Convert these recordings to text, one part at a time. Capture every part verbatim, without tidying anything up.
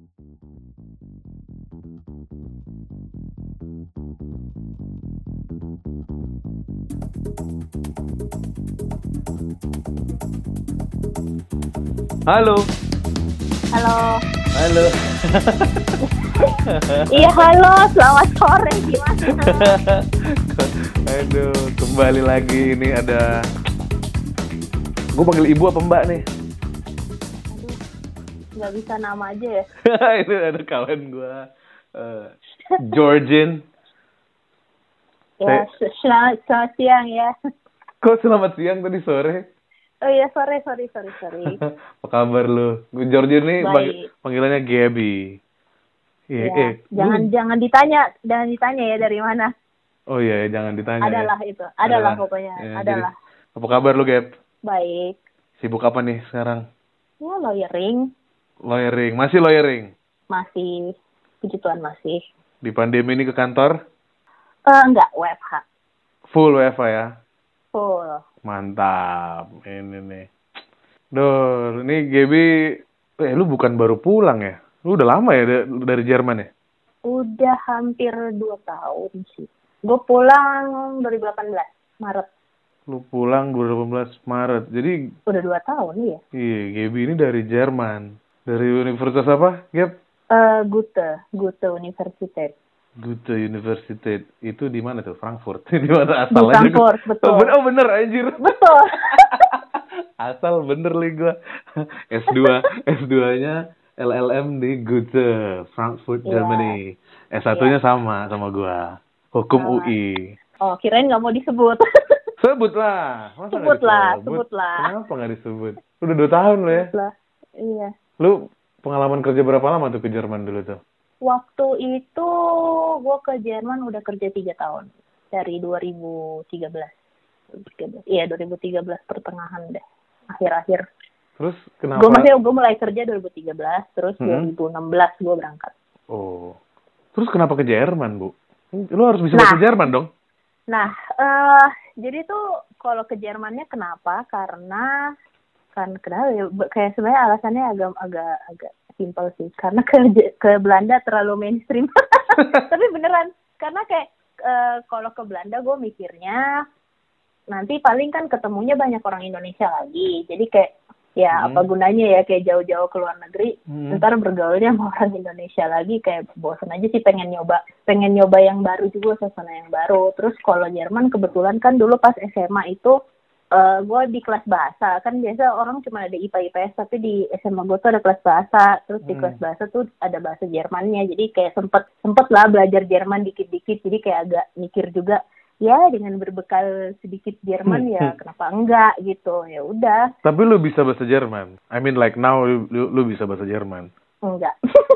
Halo. Halo. Halo. Iya halo, selamat sore gimana? Aduh, kembali lagi ini ada. Gue panggil ibu apa mbak nih? Aduh, nggak bisa nama aja ya? Ini ada kawan gue, uh, Georgine. Ya, selamat, selamat siang ya. Kok selamat siang tadi sore? Oh iya, sorry, sorry, sorry, sorry. Apa kabar lu? Gue Georgine nih Baik. panggilannya Gaby. Iya, Ya, eh, jangan lu... jangan ditanya, jangan ditanya ya dari mana. Oh iya, jangan ditanya. Adalah ya. itu, adalah, adalah pokoknya, ya, adalah. Jadi, apa kabar lu, Gap? Baik. Sibuk apa nih sekarang? Ya, lawyering. Lawyering, masih lawyering? Masih, puji Tuhan masih. Di pandemi ini ke kantor? Eh, uh, enggak, W F H. Full W F H ya? Full. Mantap, ini nih. Duh, ini Gaby, eh lu bukan baru pulang ya? Lu udah lama ya dari Jerman ya? Udah hampir dua tahun sih. Gue pulang dua ribu delapan belas, Maret. Lu pulang dua ribu delapan belas Maret, jadi... Udah dua tahun, iya. Iya, Gaby ini dari Jerman. Dari universitas apa, Gap? Uh, Goethe, Goethe Universität. Goethe Universität. Itu di mana tuh? Frankfurt. Di mana asal di aja? Frankfurt, betul. Oh bener, oh, bener anjir. Betul. Asal bener li gue. S dua, S dua-nya L L M di Goethe, Frankfurt, yeah. Germany. S satu-nya yeah. sama sama gue. Hukum sama. U I. Oh, kirain nggak mau disebut. Sebut lah. Masa sebut lah, sebut lah. Kenapa nggak disebut? Udah dua tahun lo ya? Lah. Iya. Lu pengalaman kerja berapa lama tuh ke Jerman dulu tuh? Waktu itu gue ke Jerman udah kerja tiga tahun. Dari dua ribu tiga belas. Iya, dua ribu tiga belas pertengahan deh. Akhir-akhir. Terus kenapa? Gue masih gue mulai kerja dua ribu tiga belas, terus hmm. dua ribu enam belas gue berangkat. Oh. Terus kenapa ke Jerman, Bu? Lu harus bisa nah, bahasa Jerman dong. Nah, uh, jadi tuh kalau ke Jermannya kenapa? Karena kan kenapa ya? Kayak sebenarnya alasannya agak agak agak simpel sih. Karena ke ke Belanda terlalu mainstream. Tapi beneran, karena kayak uh, kalau ke Belanda gue mikirnya nanti paling kan ketemunya banyak orang Indonesia lagi. Jadi kayak ya hmm. apa gunanya ya kayak jauh-jauh ke luar negeri, hmm. ntar bergaulnya sama orang Indonesia lagi, kayak bosan aja sih, pengen nyoba pengen nyoba yang baru juga, suasana yang baru. Terus kalau Jerman kebetulan kan dulu pas S M A itu uh, gue di kelas bahasa, kan biasa orang cuma ada I P A I P S, tapi di S M A gue tuh ada kelas bahasa. Terus di hmm. kelas bahasa tuh ada bahasa Jermannya, jadi kayak sempet sempet lah belajar Jerman dikit-dikit, jadi kayak agak mikir juga, ya dengan berbekal sedikit Jerman hmm. ya kenapa enggak gitu, ya udah. Tapi lu bisa bahasa Jerman? I mean like now lu lu, lu bisa bahasa Jerman? Enggak.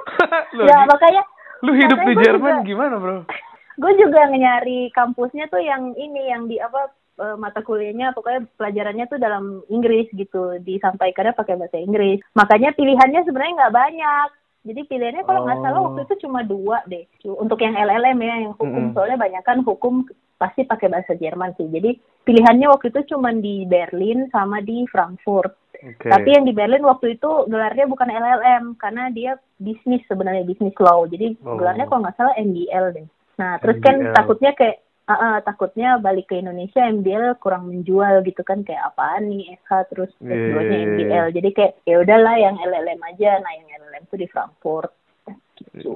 Ya makanya. Lu hidup makanya di Jerman juga, gimana bro? Gue juga nyari kampusnya tuh yang ini, yang di apa mata kuliahnya pokoknya pelajarannya tuh dalam Inggris gitu, disampaikannya pakai bahasa Inggris. Makanya pilihannya sebenarnya nggak banyak. Jadi pilihannya kalau nggak oh. salah waktu itu cuma dua deh. Untuk yang L L M ya, yang hukum. Mm-hmm. Soalnya banyak kan hukum pasti pakai bahasa Jerman sih. Jadi pilihannya waktu itu cuma di Berlin sama di Frankfurt. Okay. Tapi yang di Berlin waktu itu gelarnya bukan L L M, karena dia bisnis sebenarnya, bisnis law. Jadi oh. gelarnya kalau nggak salah M B L deh. Nah terus M B L. Kan takutnya kayak uh, uh, takutnya balik ke Indonesia M B L kurang menjual gitu kan, kayak apaan nih S H terus S dua-nya yeah. M B L. Jadi kayak ya udahlah yang L L M aja. Nah yang L L M tuh di Frankfurt. Gitu.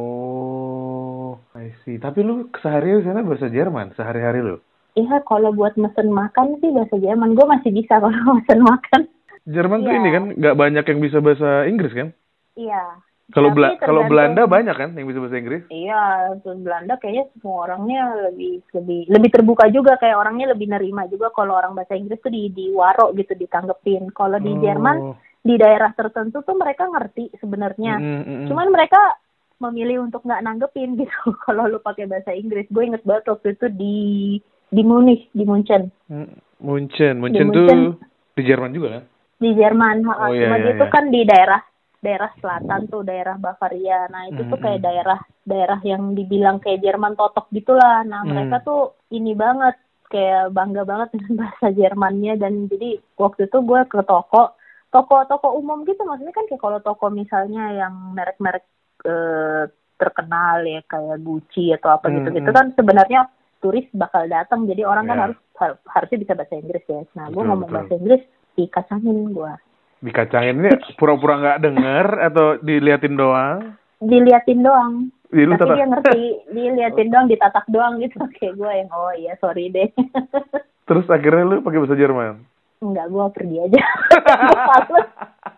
Oh, I see. Tapi lu sehari-hari sana bahasa Jerman sehari-hari lu? Iya, kalau buat mesen makan sih bahasa Jerman. Gue masih bisa kalau mesen makan. Jerman ya. Tuh ini kan nggak banyak yang bisa bahasa Inggris kan? Iya. Kalau Bela- kalau Belanda banyak kan yang bisa bahasa Inggris? Iya, Belanda kayaknya semua orangnya lebih lebih lebih terbuka juga, kayak orangnya lebih nerima juga kalau orang bahasa Inggris tuh di di waro gitu, ditanggepin. Kalau di oh. Jerman di daerah tertentu tuh mereka ngerti sebenarnya. Mm-hmm. Cuman mereka memilih untuk nggak nanggepin gitu kalau lu pakai bahasa Inggris. Gue inget banget waktu itu di di Munich, di Munchen. Munchen, Munchen tuh di Jerman juga kan? Di Jerman, oh, iya, cuma iya, itu iya. kan di daerah daerah selatan tuh, daerah Bavaria. Nah itu mm-hmm. tuh kayak daerah daerah yang dibilang kayak Jerman totok gitulah. Nah mm. mereka tuh ini banget, kayak bangga banget dengan bahasa Jermannya. Dan jadi waktu itu gue ke toko toko-toko umum gitu, maksudnya kan kayak kalau toko misalnya yang merek-merek eh, terkenal ya kayak Gucci atau apa Hmm, gitu-gitu hmm. kan sebenarnya turis bakal datang, jadi orang kan Ya. harus har- harusnya bisa bahasa Inggris ya. Nah gue Betul, ngomong betul. bahasa Inggris dikacangin gue, Dikacangin ini pura-pura nggak denger atau diliatin doang? diliatin doang. Jadi lu Tapi tetap dia ngerti, dia liatin doang, ditatak doang gitu. Kayak gue yang oh iya sorry deh. terus akhirnya lu pakai bahasa Jerman. Enggak, gue pergi aja. Gue males.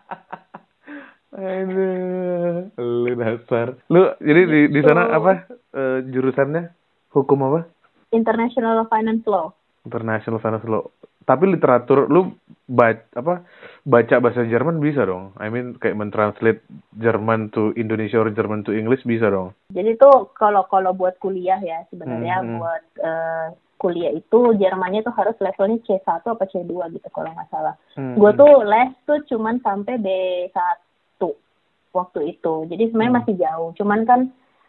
Aduh, lu dasar. Lu jadi di di Gitu. sana apa eh, jurusannya? Hukum apa? International Finance Law. International Finance Law. Tapi literatur lu baca apa baca bahasa Jerman bisa dong. I mean kayak mentranslate Jerman to Indonesia or Jerman to English bisa dong. Jadi tuh kalau kalau buat kuliah ya sebenarnya Hmm, hmm. buat eh, kuliah itu Jermannya tuh harus levelnya C satu apa C dua gitu kalau nggak salah. Hmm, Gue hmm. tuh les tuh cuman sampai B satu waktu itu. Jadi sebenarnya Hmm. masih jauh. Cuman kan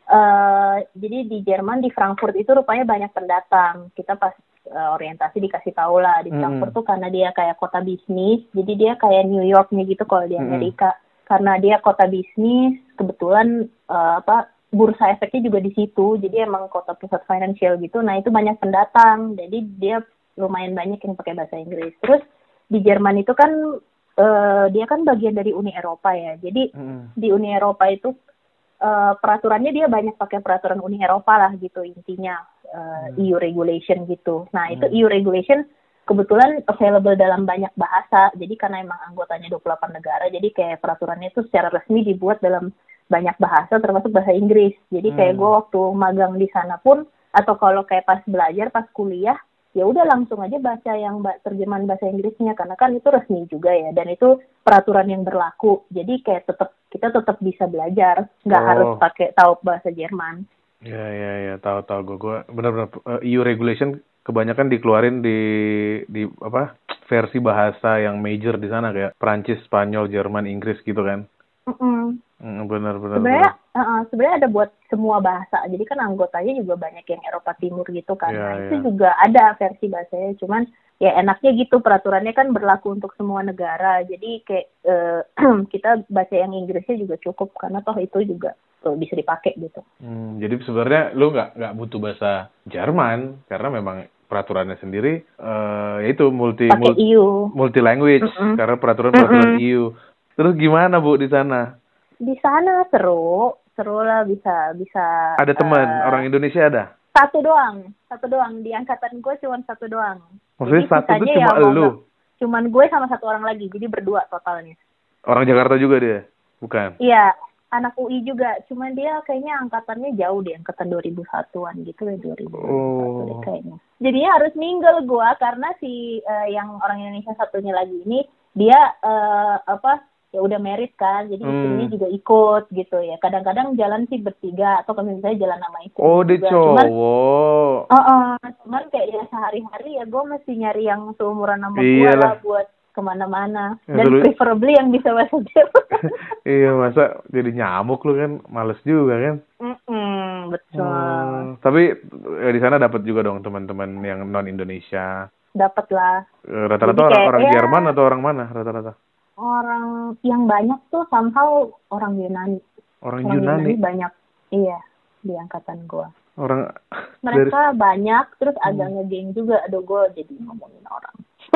eh jadi di Jerman di Frankfurt itu rupanya banyak pendatang. Kita pas eh, orientasi dikasih tahu lah di Hmm. Frankfurt tuh karena dia kayak kota bisnis. Jadi dia kayak New Yorknya gitu kalau di Hmm. Amerika. Karena dia kota bisnis, kebetulan eh, apa bursa efeknya juga di situ. Jadi emang kota pusat financial gitu. Nah itu banyak pendatang. Jadi dia lumayan banyak yang pakai bahasa Inggris. Terus di Jerman itu kan eh, dia kan bagian dari Uni Eropa ya. Jadi Hmm. di Uni Eropa itu eh, peraturannya dia banyak pakai peraturan Uni Eropa lah gitu intinya eh, Hmm. E U regulation gitu. Nah itu Hmm. E U regulation kebetulan available dalam banyak bahasa. Jadi karena emang anggotanya dua puluh delapan negara, jadi kayak peraturannya itu secara resmi dibuat dalam banyak bahasa termasuk bahasa Inggris. Jadi kayak Hmm. gue waktu magang di sana pun atau kalau kayak pas belajar pas kuliah ya udah langsung aja baca yang ba- terjemahan bahasa Inggrisnya karena kan itu resmi juga ya dan itu peraturan yang berlaku. Jadi kayak tetap kita tetap bisa belajar, nggak Oh. harus pakai tahu bahasa Jerman. Ya ya ya tahu tahu gue gue benar-benar eh, E U regulation kebanyakan dikeluarin di di apa versi bahasa yang major di sana kayak Prancis, Spanyol, Jerman, Inggris gitu kan. Mm-mm. Hmm, benar benar. Sebenarnya benar. uh, sebenarnya ada buat semua bahasa. Jadi kan anggotanya juga banyak yang Eropa Timur gitu kan. Iya, Nah, iya. itu juga ada versi bahasanya. Cuman ya enaknya gitu peraturannya kan berlaku untuk semua negara. Jadi kayak eh, kita baca yang Inggrisnya juga cukup karena toh itu juga tuh, bisa dipakai gitu. Hmm, jadi sebenarnya lu nggak nggak butuh bahasa Jerman karena memang peraturannya sendiri eh yaitu multi Pakai multi, E U. multi language Mm-mm. karena peraturan peraturan Mm-mm. E U. Terus gimana Bu di sana? Di sana seru, seru lah bisa bisa. Ada teman eh, orang Indonesia ada? Satu doang, satu doang di angkatan gue cuma satu doang. Maksudnya Jadi satu tuh sisanya cuma ya mau elu? nggak- Cuman gue sama satu orang lagi, jadi berdua totalnya. Orang Jakarta juga dia? Bukan? Iya, anak U I juga, cuman dia kayaknya angkatannya jauh deh, angkatan dua ribu satuan gitu ya, dua ribu satu deh Oh. kayaknya. Jadinya harus mingle gue karena si eh, yang orang Indonesia satunya lagi ini dia eh, apa ya udah married kan, jadi Hmm. istrinya juga ikut gitu ya. Kadang-kadang jalan sih bertiga atau kalau misalnya jalan sama istri Oh, dia juga. Cuman cowok. Oh, oh, cuman kayak ya sehari-hari ya gue mesti nyari yang seumuran sama gue Iyalah. lah buat kemana-mana. Ya, Dan dulu- preferably yang bisa bahasa Jerman. Iya, masa jadi nyamuk lu kan? Males juga kan? Mm-mm, betul. Hmm, tapi eh, di sana dapat juga dong teman-teman yang non Indonesia. Dapat lah. Eh, Rata-rata Jadi orang, kayak, orang ya- Jerman atau orang mana rata-rata? Orang yang banyak tuh somehow orang Yunani. Orang Orang Yunani, Yunani. banyak. Iya, di angkatan gue. Orang Mereka banyak, terus Hmm. agak ngegeng juga. Aduh, gue jadi ngomongin orang.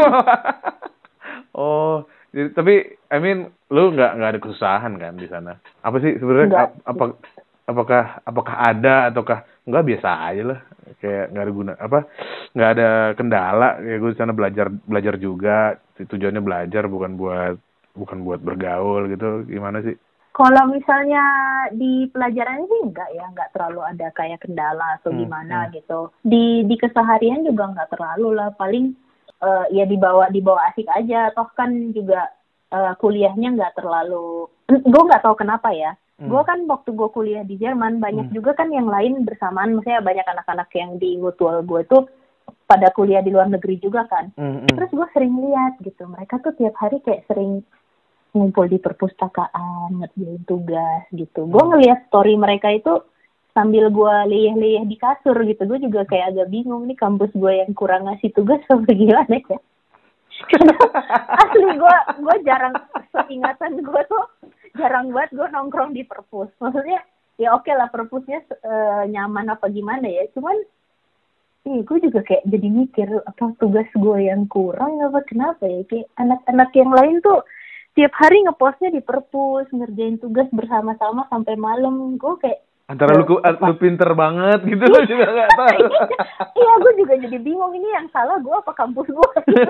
Oh, jadi, tapi I mean lu nggak nggak ada kesusahan kan di sana? Apa sih sebenarnya? Nggak. ap- apa apakah apakah ada ataukah nggak biasa aja lah? Kayak nggak ada guna apa? Nggak ada kendala. Kayak gue di sana belajar belajar juga. Tujuannya belajar bukan buat bukan buat bergaul gitu. Gimana sih? Kalau misalnya di pelajaran sih enggak ya, enggak terlalu ada kayak kendala atau Hmm, gimana hmm. gitu. Di di keseharian juga enggak terlalu lah, paling eh, ya dibawa dibawa asik aja. Toh kan juga eh, kuliahnya enggak terlalu, gue nggak tahu kenapa ya. Hmm. Gue kan waktu gue kuliah di Jerman banyak Hmm. juga kan yang lain bersamaan, maksudnya banyak anak-anak yang di mutual gue tuh pada kuliah di luar negeri juga kan. Hmm, hmm. Terus gue sering lihat gitu, mereka tuh tiap hari kayak sering ngumpul di perpustakaan, ngerjain tugas gitu. Gue ngelihat story mereka itu sambil gue leyeh-leyeh di kasur gitu. Gue juga kayak agak bingung nih kampus gue yang kurang ngasih tugas apa gimana ya. Karena asli gue gue jarang, seingatan gue tuh jarang banget gue nongkrong di perpus. Maksudnya ya oke lah perpusnya uh, nyaman apa gimana ya, cuman Iya, gue juga kayak jadi mikir apa tugas gue yang kurang apa kenapa ya, kayak anak-anak yang lain tuh tiap hari ngepostnya di perpus, ngerjain tugas bersama-sama sampai malam. Gue kayak antara lu, lu pinter banget gitu lo juga nggak tahu. Iya, gue juga jadi bingung, ini yang salah gue apa kampus gue?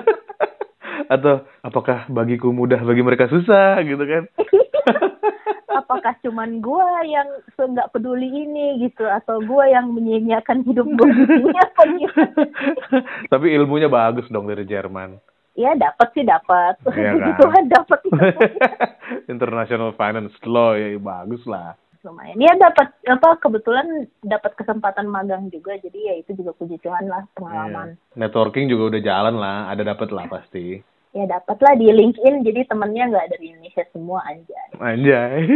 Atau apakah bagiku mudah bagi mereka susah gitu kan? Apakah cuman gue yang nggak peduli ini gitu, atau gue yang menyia-nyiakan hidup gue di sini apa gimana? Tapi ilmunya bagus dong dari Jerman. Iya, dapat sih dapat. Iya kan? Gitu kan dapat. International Finance Law ya bagus lah. Lumayan. Ya dapat apa kebetulan dapat kesempatan magang juga, jadi ya itu juga puji Tuhan lah pengalaman. Yeah. Networking juga udah jalan lah, ada dapat lah pasti. Ya dapat lah di LinkedIn, jadi temennya nggak dari Indonesia semua, anjay. Anjay.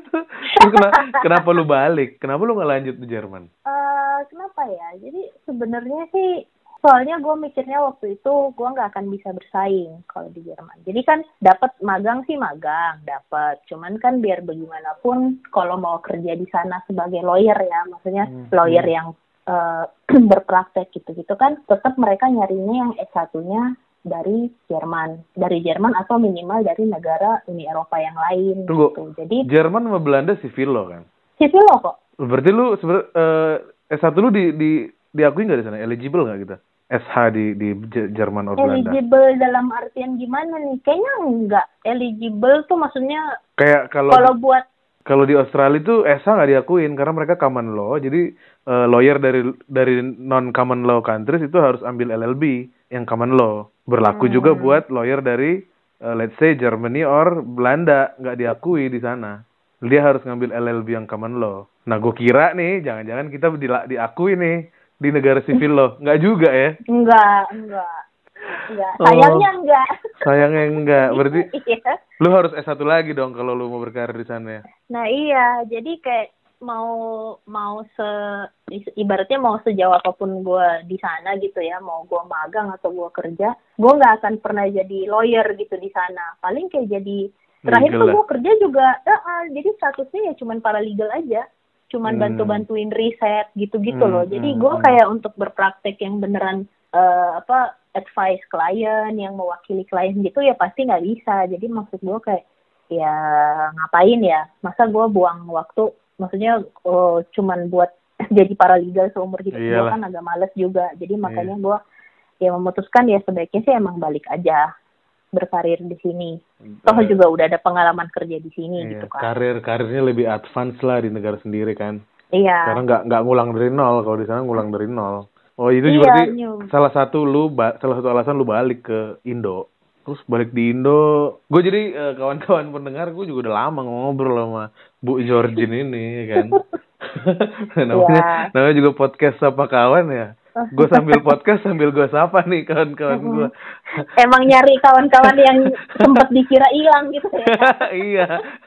kenapa, kenapa lu balik? Kenapa lu nggak lanjut di Jerman? Uh, kenapa ya? Jadi sebenarnya sih soalnya gue mikirnya waktu itu gue nggak akan bisa bersaing kalau di Jerman. Jadi kan dapat magang sih magang, dapat. Cuman kan biar bagaimanapun kalau mau kerja di sana sebagai lawyer ya, maksudnya hmm. lawyer yang uh, berpraktek gitu-gitu kan, tetap mereka nyarinya yang S satu-nya dari Jerman, dari Jerman atau minimal dari negara Uni Eropa yang lain. Tunggu, gitu. Jadi Jerman sama Belanda civil law kan? Civil law kok. Berarti lu sebenarnya uh, S satu lu di di diakui nggak di sana? Eligible nggak gitu? S H di di Jerman atau Belanda? Eligible dalam artian gimana nih? Kayaknya enggak. Eligible tuh maksudnya kayak kalau kalau buat kalau di Australia tuh S H nggak diakuin karena mereka common law. Jadi uh, lawyer dari dari non common law countries itu harus ambil L L B yang common law. Berlaku hmm. juga buat lawyer dari uh, let's say Germany or Belanda, nggak diakui di sana. Dia harus ngambil L L B yang common law. Nah, gue kira nih jangan-jangan kita di, diakui nih di negara civil law. Nggak juga ya? Enggak, enggak. Enggak. Sayangnya oh, enggak. Sayangnya enggak. Berarti iya. Lu harus S satu lagi dong kalau lu mau berkarir di sana ya. Nah iya, jadi kayak mau mau se ibaratnya mau sejauh apapun gue di sana gitu ya, mau gue magang atau gue kerja, gue nggak akan pernah jadi lawyer gitu di sana. Paling kayak jadi terakhir legal tuh gue kerja juga, eh, uh, jadi statusnya ya cuman paralegal aja, cuman hmm. bantu-bantuin riset gitu-gitu hmm, loh. Jadi gue hmm. kayak untuk berpraktek yang beneran uh, apa advice klien, yang mewakili klien gitu ya pasti nggak bisa. Jadi maksud gue kayak ya ngapain ya, masa gue buang waktu, maksudnya oh, cuman buat jadi paralegal seumur hidup gue kan agak males juga. Jadi makanya gue ya memutuskan ya sebaiknya sih emang balik aja berkarir di sini. Toh juga udah ada pengalaman kerja di sini iya, gitu kan. Karir karirnya lebih advance lah di negara sendiri kan. Iya. Karena nggak nggak ngulang dari nol, kalau di sana ngulang dari nol. Oh itu iya, berarti new. salah satu lu salah satu alasan lu balik ke Indo. Terus balik di Indo, gue jadi uh, kawan-kawan pendengar, gue juga udah lama ngobrol sama Bu Georgine ini kan. namanya, yeah. namanya juga podcast Sapa Kawan ya. Gue sambil podcast sambil gue sapa nih kawan-kawan gue. Emang nyari kawan-kawan yang sempat dikira hilang gitu ya. Iya.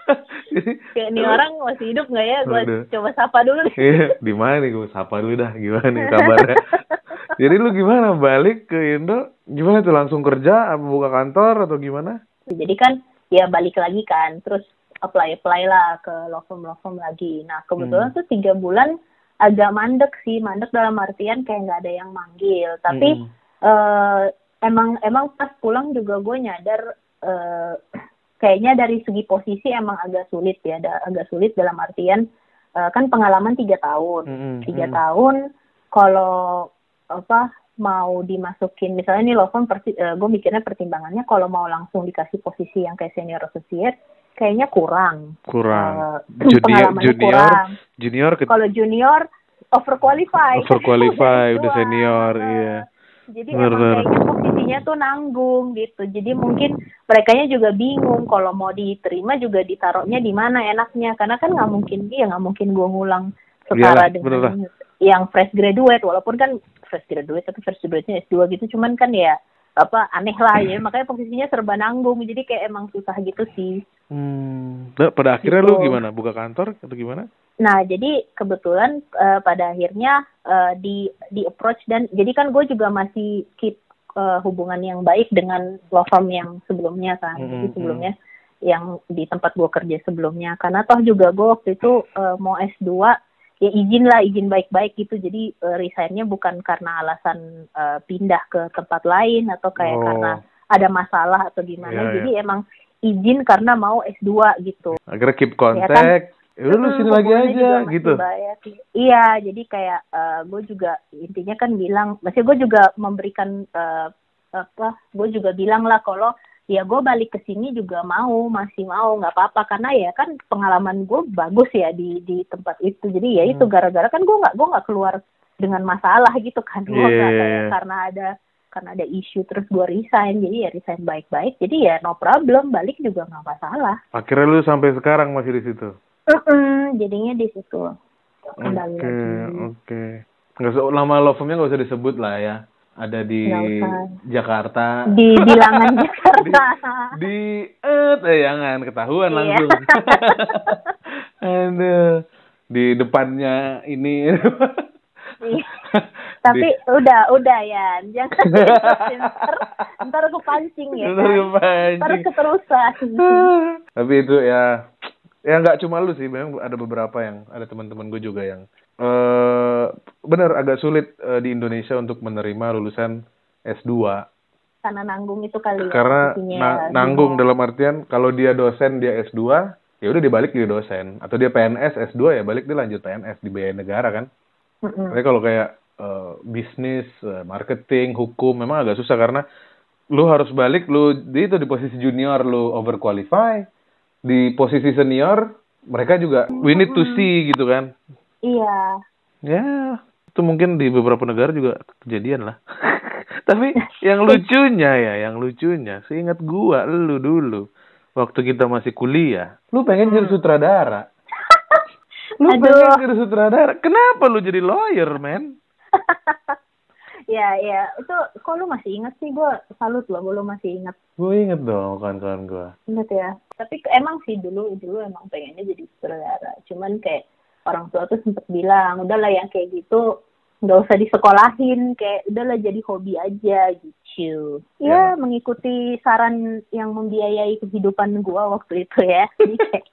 Kayak nih orang masih hidup nggak ya? Gue coba sapa dulu deh. Iya, di mana nih gue sapa dulu dah, gimana nih kabarnya? Jadi lu gimana balik ke Indo? Gimana tuh langsung kerja, apa buka kantor atau gimana? Jadi kan ya balik lagi kan, terus apply-apply lah ke law firm-law firm lagi. Nah kebetulan hmm. tuh tiga bulan agak mandek sih, mandek dalam artian kayak nggak ada yang manggil. Tapi hmm. uh, emang emang pas pulang juga gue nyadar uh, kayaknya dari segi posisi emang agak sulit ya, ada agak sulit dalam artian uh, kan pengalaman tiga tahun, hmm. tiga hmm. tahun kalau apa mau dimasukin misalnya nih law firm persi, uh, gue mikirnya pertimbangannya kalau mau langsung dikasih posisi yang kayak senior associate kayaknya kurang kurang uh, junior junior kurang. junior ke... kalau junior overqualified overqualified udah senior uh, iya jadi bener, emang kayaknya posisinya tuh nanggung gitu, jadi mungkin merekanya juga bingung kalau mau diterima juga ditaruhnya di mana enaknya, karena kan nggak mungkin dia nggak mungkin gue ngulang setara Iyalah, dengan bener. yang fresh graduate, walaupun kan fresh graduate tapi fresh graduate-nya S dua gitu, cuman kan ya apa aneh lah ya, makanya posisinya serba nanggung, jadi kayak emang susah gitu sih. Hmm. Nah, pada akhirnya gitu. Lu gimana? Buka kantor atau gimana? Nah, jadi kebetulan uh, pada akhirnya uh, di di approach dan jadi kan gue juga masih keep uh, hubungan yang baik dengan law firm yang sebelumnya kan. Mm-hmm. Jadi sebelumnya yang di tempat gue kerja sebelumnya. Karena toh juga gue waktu itu uh, mau S dua, ya izin lah, izin baik-baik gitu. Jadi uh, resign-nya bukan karena alasan uh, pindah ke tempat lain atau kayak Oh. karena ada masalah atau gimana. Iya, Jadi iya. emang izin karena mau S dua gitu. Akhirnya keep Ya kan? contact. Ya udah lu Hmm, sini lagi hubungannya aja juga masih gitu. baik. Iya, jadi kayak uh, gue juga intinya kan bilang, maksudnya gue juga memberikan uh, apa, gue juga bilang lah kalau ya gue balik ke sini juga mau, masih mau, nggak apa-apa karena ya kan pengalaman gue bagus ya di di tempat itu. Jadi ya itu Hmm. gara-gara kan gue nggak gue nggak keluar dengan masalah gitu kan, gue nggak Iya. kayak karena ada karena ada isu terus gue resign, jadi ya resign baik-baik, jadi ya no problem, balik juga nggak masalah. Akhirnya lu sampai sekarang masih di situ. Mm-mm, jadinya di situ kembali Oke, lagi. oke. Nggak usah, nama law firm-nya nggak usah disebut lah ya. Ada di Nggak usah. Jakarta. Di bilangan Jakarta. Di, di eh, eh jangan ketahuan Iya. langsung. Aduh, di depannya ini. Iya. Tapi Di- udah udah ya, jangan ntar ntar kepancing ya Ntar kan. kepancing. Ntar keterusan. Tapi itu ya, ya nggak cuma lu sih, memang ada beberapa yang ada teman-teman gue juga yang eh benar agak sulit eh, di Indonesia untuk menerima lulusan S dua. Karena nanggung itu kali ya. Karena intinya na- ya, nanggung bingung. dalam artian kalau dia dosen dia S dua, ya udah dia balik jadi dosen, atau dia P N S S dua ya balik dia lanjut P N S dibiayain negara kan. Mm-mm. Tapi kalau kayak eh, bisnis, eh, marketing, hukum memang agak susah karena lu harus balik, lu di itu di posisi junior lu overqualify, di posisi senior mereka juga we need to see gitu kan. Iya. Ya, itu mungkin di beberapa negara juga kejadian lah. Tapi yang lucunya ya, yang lucunya, seingat gua lu dulu waktu kita masih kuliah, lu pengen jadi sutradara. Lu Aduh. pengen jadi sutradara. Kenapa lu jadi lawyer, men? Ya, ya, itu kok lu masih ingat sih, gue salut loh, lu masih ingat. Gue inget dong kawan-kawan gua. Ingat ya. Tapi ke- emang sih dulu dulu emang pengennya jadi sutradara. Cuman kayak orang tua tuh sempet bilang, udahlah yang kayak gitu nggak usah disekolahin, kayak udahlah jadi hobi aja gitu. Ya, Ya. mengikuti saran yang membiayai kehidupan gua waktu itu ya. Jadi kayak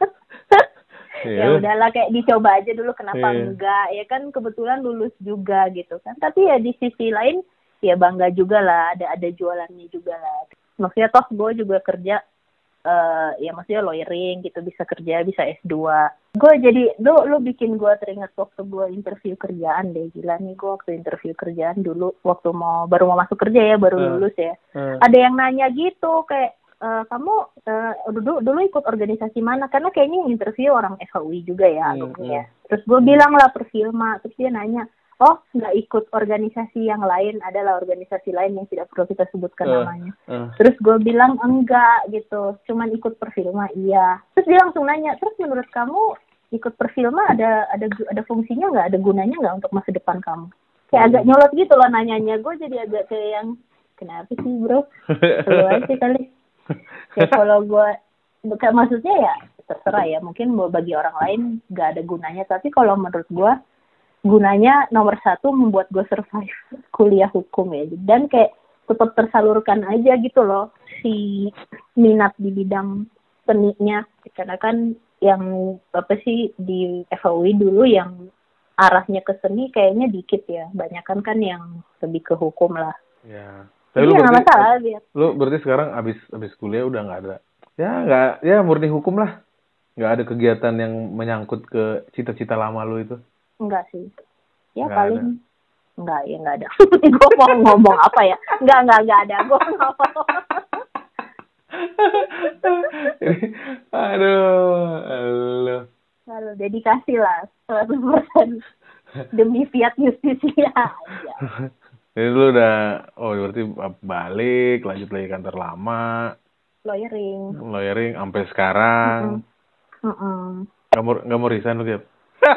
ya Iya. udahlah kayak dicoba aja dulu, kenapa Iya. enggak, ya kan kebetulan lulus juga gitu kan. Tapi ya di sisi lain ya bangga juga lah, ada ada jualannya juga lah. Maksudnya toh gue juga kerja eh ya maksudnya lawyering gitu, bisa kerja, bisa S dua. Gue jadi lu lu bikin gue teringat waktu gue interview kerjaan deh, gila nih gue waktu interview kerjaan dulu waktu mau baru mau masuk kerja ya, baru Hmm. lulus ya. Hmm. Ada yang nanya gitu kayak e, kamu uh, dulu dulu ikut organisasi mana, karena kayaknya yang interview orang F H U I juga ya, Hmm, alumni ya. Terus gue bilang lah Perfilma, terus dia nanya, oh nggak ikut organisasi yang lain, adalah organisasi lain yang tidak perlu kita sebutkan Uh, namanya. uh. Terus gue bilang enggak gitu, cuman ikut Perfilma iya. Terus dia langsung nanya, terus menurut kamu ikut Perfilma ada ada ada fungsinya nggak, ada gunanya nggak untuk masa depan kamu? Kayak agak nyolot gitu loh nanyanya, gue jadi agak kayak yang kenapa sih bro? Perlu aja kali. Ya kalau gue, bukan maksudnya ya terserah ya, mungkin bagi orang lain nggak ada gunanya, tapi kalau menurut gue gunanya nomor satu membuat gue survive kuliah hukum ya, dan kayak tetap tersalurkan aja gitu loh si minat di bidang seninya, karena kan yang apa sih di F H U I dulu yang arahnya ke seni kayaknya dikit ya, banyakan kan yang lebih ke hukum lah. Ya. Jadi Tapi lu ya nggak berarti, masalah biar. lu berarti sekarang abis abis kuliah udah nggak ada, ya nggak, ya murni hukum lah, nggak ada kegiatan yang menyangkut ke cita-cita lama lu itu. Enggak sih. Ya Nggak paling enggak, ya enggak ada. Gue mau ngomong apa ya? Enggak, enggak, enggak ada. Gue ngomong. aduh, aduh. Lalu dedikasi lah seratus persen demi fiat justisia aja. Jadi lu udah, oh berarti balik, lanjut lagi kantor lama, Lawyering. lawyering sampai sekarang. Mm-mm. Nggak mau nggak mau resign lu Gap?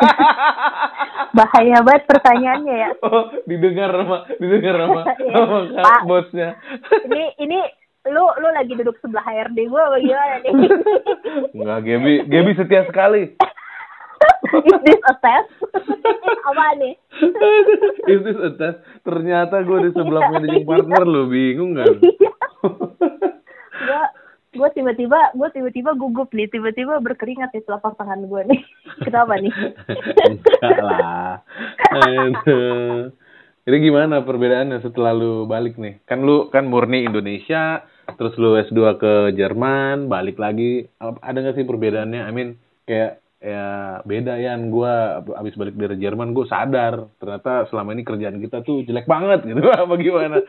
Bahaya banget pertanyaannya ya. Oh, didengar sama didengar sama, Iya. sama kak Pak. bosnya. Ini ini lu lu lagi duduk sebelah H R D gue apa gimana nih? Enggak, Gaby, Gaby setia sekali. Is this a test? Apa nih? Is this a test? Ternyata gue di sebelah managing partner lu, bingung kan? Iya. Gue gue tiba-tiba gue tiba-tiba gugup nih, tiba-tiba berkeringat di telapak tangan gue nih. Kenapa nih? Enggak lah. Aduh. Jadi gimana perbedaannya setelah lu balik nih? Kan lu kan murni Indonesia, terus lu S dua ke Jerman, balik lagi. Ada nggak sih perbedaannya? I mean, kayak ya beda ya. Gue abis balik dari Jerman, gue sadar ternyata selama ini kerjaan kita tuh jelek banget gitu. Apa gimana?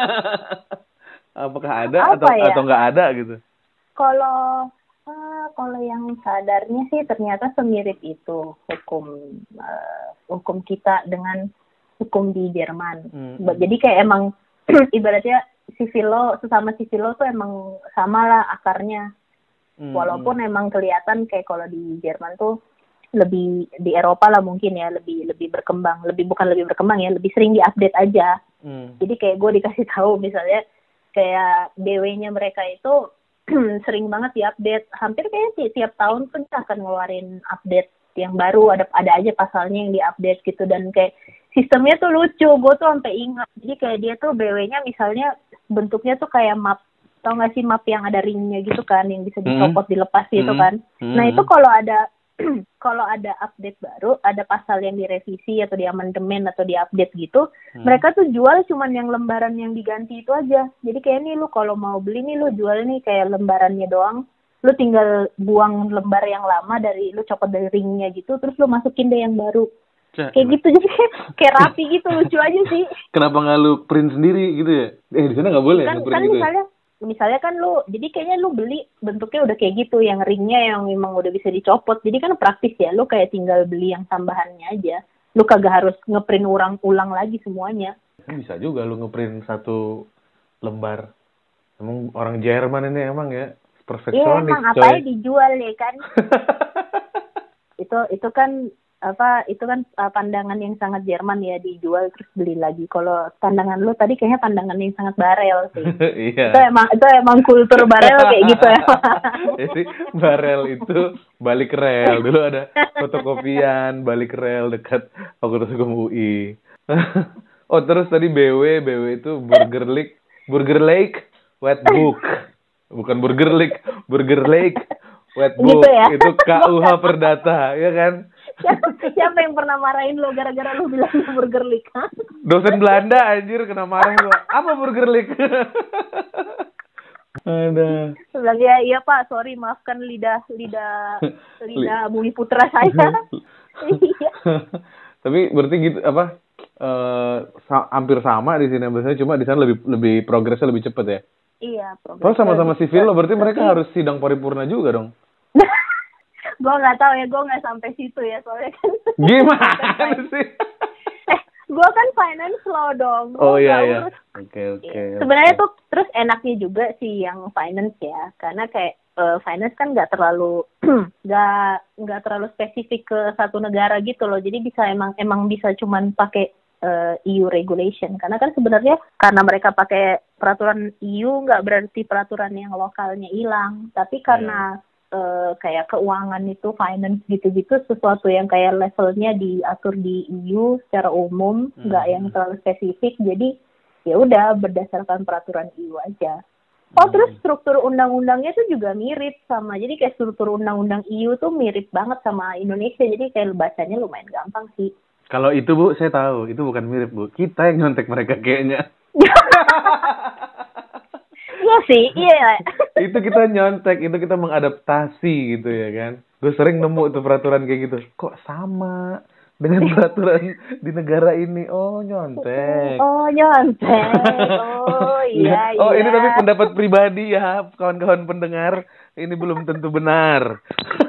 Apakah ada Apa atau ya? atau nggak ada gitu? Kalau uh, kalau yang sadarnya sih ternyata semirip itu hukum uh, hukum kita dengan hukum di Jerman. Hmm. Jadi kayak emang ibaratnya civil law, sesama civil law tuh emang sama lah akarnya. Hmm. Walaupun emang kelihatan kayak kalau di Jerman tuh lebih di Eropa lah mungkin ya lebih lebih berkembang, lebih bukan lebih berkembang ya, lebih sering diupdate aja. Hmm. Jadi kayak gue dikasih tahu misalnya kayak B W-nya mereka itu sering banget diupdate, hampir kayak sih tiap tahun pun akan ngeluarin update yang baru, ada ada aja pasalnya yang diupdate gitu, dan kayak sistemnya tuh lucu, gue tuh sampai ingat. Jadi kayak dia tuh B W-nya misalnya bentuknya tuh kayak map, tau gak sih map yang ada ringnya gitu kan, yang bisa dicopot mm-hmm. dilepas gitu kan. Mm-hmm. Nah itu kalau ada kalau ada update baru, ada pasal yang direvisi atau diamandemen atau diupdate gitu, hmm. mereka tuh jual cuman yang lembaran yang diganti itu aja. Jadi kayak nih lu kalau mau beli nih lu jual nih kayak lembarannya doang. Lu tinggal buang lembar yang lama dari lu copot dari ringnya gitu, terus lu masukin deh yang baru. Cak, kayak gitu, jadi kayak, kayak rapi gitu, lucu aja sih. Kenapa nggak lu print sendiri gitu ya? Eh di sana nggak boleh kan, print kan gitu misalnya, ya? Misalnya kan lu, jadi kayaknya lu beli bentuknya udah kayak gitu, yang ringnya yang memang udah bisa dicopot. Jadi kan praktis ya, lu kayak tinggal beli yang tambahannya aja. Lu kagak harus ngeprint ulang-ulang lagi semuanya. Bisa juga lu ngeprint satu lembar. Emang orang Jerman ini emang ya perfeksionis. Iya emang apanya dijual ya kan. itu itu kan apa itu kan uh, pandangan yang sangat Jerman ya, dijual terus beli lagi. Kalau pandangan lu tadi kayaknya pandangan yang sangat barel sih. Iya. Itu emang itu emang kultur barel kayak gitu ya. Jadi barel itu balik rel. Dulu ada fotokopian balik rel dekat Fakultas Hukum U I. Oh terus tadi B W B W itu Burger Lake Burger Lake Wet Book. Bukan Burger Lake Burger Lake Wet Book. Gitu ya? Itu K U H Perdata, ya kan? Siapa, siapa yang pernah marahin lo gara-gara lo bilang Burger Lake? Dosen Belanda anjir kena marah lo. Apa Burger Lake? Ada. Bilang ya, iya Pak, sorry maafkan lidah lidah lidah Bumi Putra saya. Iya. Tapi berarti gitu apa? Uh, sa- hampir sama di sini biasanya, cuma di sana lebih lebih progresnya lebih cepat ya. Iya, progresnya. Kalau sama-sama sivil lo berarti mereka harus sidang paripurna juga dong. Gue nggak tahu ya, gue nggak sampai situ ya soalnya kan. Gimana sih? eh, gue kan finance law dong. Gua oh iya iya. Oke oke. Okay, Sebenarnya okay. tuh terus enaknya juga sih yang finance ya, karena kayak uh, finance kan nggak terlalu nggak nggak terlalu spesifik ke satu negara gitu loh. Jadi bisa emang emang bisa cuman pakai uh, E U regulation, karena kan sebenarnya karena mereka pakai peraturan E U nggak berarti peraturan yang lokalnya hilang, tapi karena yeah. Uh, kayak keuangan itu finance gitu-gitu sesuatu yang kayak levelnya diatur di E U secara umum, nggak hmm. yang terlalu spesifik, jadi ya udah berdasarkan peraturan E U aja. Oh hmm. terus struktur undang-undangnya tuh juga mirip sama, jadi kayak struktur undang-undang E U tuh mirip banget sama Indonesia, jadi kayak bacanya lumayan gampang sih. Kalau itu Bu, saya tahu itu bukan mirip Bu, kita yang nyontek mereka kayaknya. Iya sih, iya. Itu kita nyontek, itu kita mengadaptasi gitu ya kan. Gue sering nemu tuh peraturan kayak gitu. Kok sama dengan peraturan di negara ini? Oh nyontek. Oh nyontek. Oh iya oh, iya. ini tapi pendapat pribadi ya kawan-kawan pendengar. Ini belum tentu benar.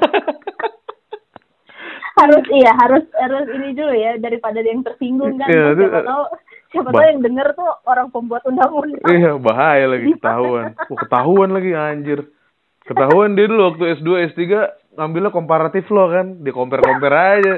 harus iya harus harus ini dulu ya, daripada yang tersinggung kan. Ya, siapa tahu siapa tahu yang denger tuh orang pembuat undang-undang. Iya bahaya lagi ketahuan. Oh, ketahuan lagi anjir. Ketahuan dia dulu waktu S dua S tiga ngambilnya komparatif law kan, dia compare-compare aja.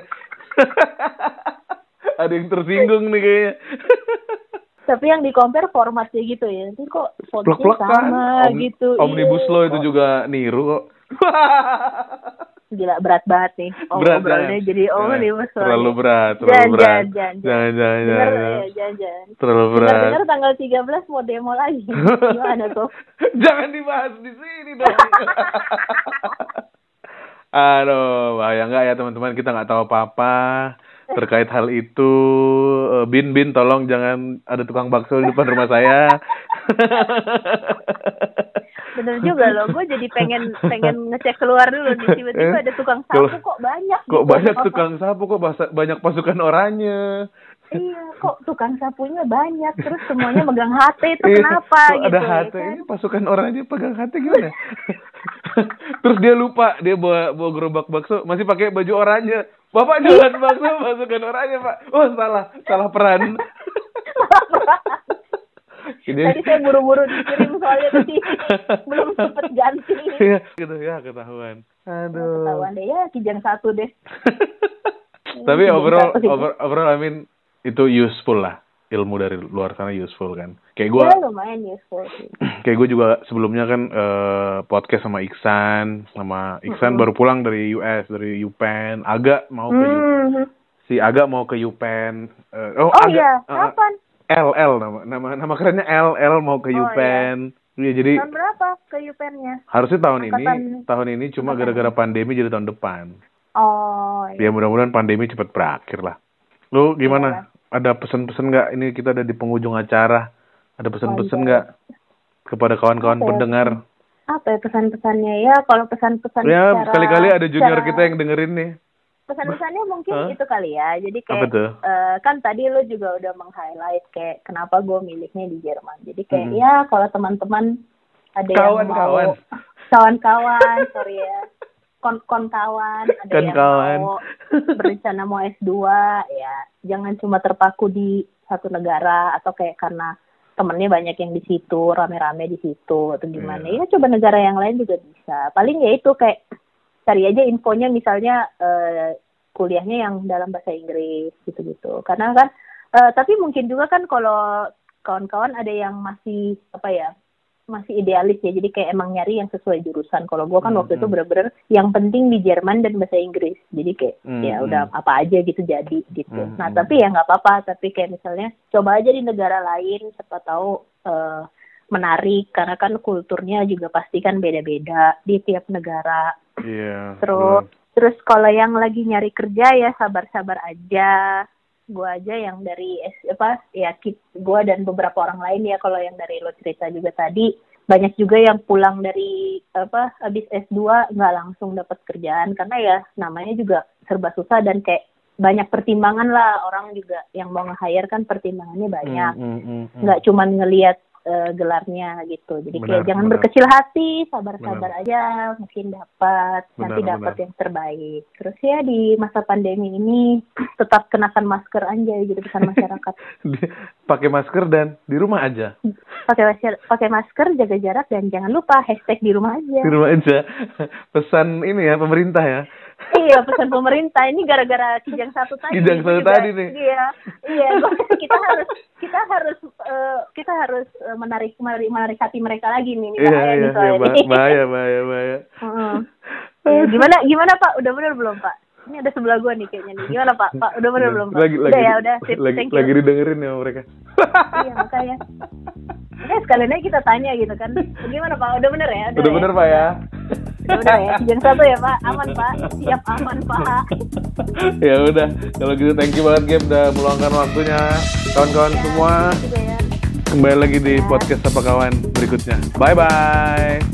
Ada yang tersinggung nih kayaknya. Tapi yang di-compare formatnya gitu ya. Nanti kok fontnya sama Om, gitu. Omnibus iya. Law itu juga niru kok. gila berat banget nih. Oh, Berat obrolannya jangan. jadi oh Jangan. nih mas. Terlalu berat, terlalu Jangan, berat. jangan, jangan, Jangan, jangan, Dengar jangan. ya, jangan, jangan. Terlalu berat. Dengar tanggal tiga belas mau demo lagi. Gimana tuh? Jangan dibahas di sini dong. Aduh, bahaya nggak ya teman-teman, kita nggak tahu apa-apa terkait hal itu. Eh, Bin, Bin, tolong jangan ada tukang bakso di depan rumah saya. Bener juga loh, gue jadi pengen pengen ngecek keluar dulu nih, tiba-tiba ada tukang sapu kok banyak. Kok gitu. banyak tukang sapu, kok basa- banyak pasukan oranye. Iya, kok tukang sapunya banyak, terus semuanya megang H T itu Iya, kenapa kok gitu ada ya H T, kan? ini pasukan oranye pegang H T gimana? Terus dia lupa, dia bawa bawa gerobak bakso, masih pakai baju oranye. Bapak jualan bakso pasukan oranye, Pak. Oh, salah, salah peran. Ini... Tadi saya buru-buru dikirim soalnya tadi belum sempet ganti. Iya, gitu ya, ketahuan. Aduh. Ketahuan deh ya, kijang satu deh. Tapi Kijang overall, satu gitu. over, overall, I mean, itu useful lah. Ilmu dari luar sana useful kan. Kayak gue, Ya lumayan useful sih. kayak gue juga sebelumnya kan eh, podcast sama Iksan, sama Iksan Mm-mm. baru pulang dari U S, dari UPenn. Aga mau ke U, Hmm. si Aga mau ke UPenn. Eh, oh, Oh Aga, iya, eh, kapan? L L nama nama nama kerennya L L mau ke Oh, UPenn. Iya, jadi Tahun berapa ke UPenn-nya? harusnya tahun ini, Angkatan- tahun ini cuma angkatan gara-gara pandemi jadi tahun depan. Oh Ya iya. mudah-mudahan pandemi cepat berakhir lah. Lu gimana? Iyalah. Ada pesan-pesan nggak? Ini kita ada di penghujung acara. Ada pesan-pesan Mantap. nggak kepada kawan-kawan Apa ya? pendengar? Apa ya pesan-pesannya ya? Kalau pesan-pesan Ya secara- sekali-kali ada junior secara- kita yang dengerin nih. Pesan-pesannya mungkin Hah? itu kali ya. Jadi Apa kayak tuh? eh, kan tadi lo juga udah meng-highlight kayak kenapa gue miliknya di Jerman. Jadi kayak Hmm. ya kalau teman-teman ada Kawan-kawan. yang mau kawan-kawan, sorry ya. Kon-kon kawan, ada Kan yang kawan. mau berencana mau S dua, ya jangan cuma terpaku di satu negara atau kayak karena temennya banyak yang di situ, rame-rame di situ atau gimana. Iya. Ya coba negara yang lain juga bisa. Paling ya itu kayak cari aja infonya misalnya eh, kuliahnya yang dalam bahasa Inggris gitu-gitu. Karena kan eh, tapi mungkin juga kan kalau kawan-kawan ada yang masih apa ya? Masih idealis ya. Jadi kayak emang nyari yang sesuai jurusan. Kalau gua kan Hmm, waktu itu hmm. bener-bener yang penting di Jerman dan bahasa Inggris. Jadi kayak Hmm, ya hmm. udah apa aja gitu jadi gitu. Hmm, Nah, hmm. tapi ya nggak apa-apa, tapi kayak misalnya coba aja di negara lain siapa tahu eh, menarik karena kan kulturnya juga pasti kan beda-beda di tiap negara. Iya. Terus betul. terus kalau yang lagi nyari kerja ya sabar-sabar aja. Gua aja yang dari S- apa ya kit gua dan beberapa orang lain ya, kalau yang dari lo cerita juga tadi banyak juga yang pulang dari apa habis S dua nggak langsung dapat kerjaan karena ya namanya juga serba susah dan kayak banyak pertimbangan lah, orang juga yang mau nge-hire kan pertimbangannya banyak. Hmm, hmm, hmm, hmm. Nggak cuman ngelihat eh, gelarnya gitu. Jadi Benar, kayak jangan benar. berkecil hati, sabar-sabar aja, mungkin dapat, nanti Benar, dapat benar. yang terbaik. Terus ya di masa pandemi ini tetap kenakan masker anjay gitu pesan masyarakat. Di- Pakai masker dan di rumah aja. Pakai masker, pakai masker, jaga jarak dan jangan lupa hashtag di rumah aja. Di rumah aja. Pesan ini ya pemerintah ya. Iya, pesan pemerintah ini gara-gara kijang satu tadi. Kijang Itu satu juga- tadi nih. Iya, iya. gua- kita harus kita harus eh, kita harus eh, menarik menarik menarik hati mereka lagi nih. Ini Iya, bahaya iya, nih iya. soalnya Bah- nih. Bahaya, bahaya, bahaya. Heeh. Ya, gimana gimana Pak? Udah bener belum Pak? Ini ada sebelah gua nih kayaknya nih. Gimana Pak? Pak udah bener belum Pak? Lagi, udah lagi, ya udah. Sip, lagi, thank you. lagi didengerin ya mereka. Iya makanya. Oke sekalian aja kita tanya gitu kan. Gimana Pak? Udah bener ya? Udah bener Pak ya? Udah bener ya? Kijang satu ya Pak? Aman Pak? Siap aman Pak. Ya udah, kalau gitu thank you banget Gap udah meluangkan waktunya. Kawan-kawan semua, Juga ya. kembali lagi di Ya. podcast Apa Kawan berikutnya. Bye bye.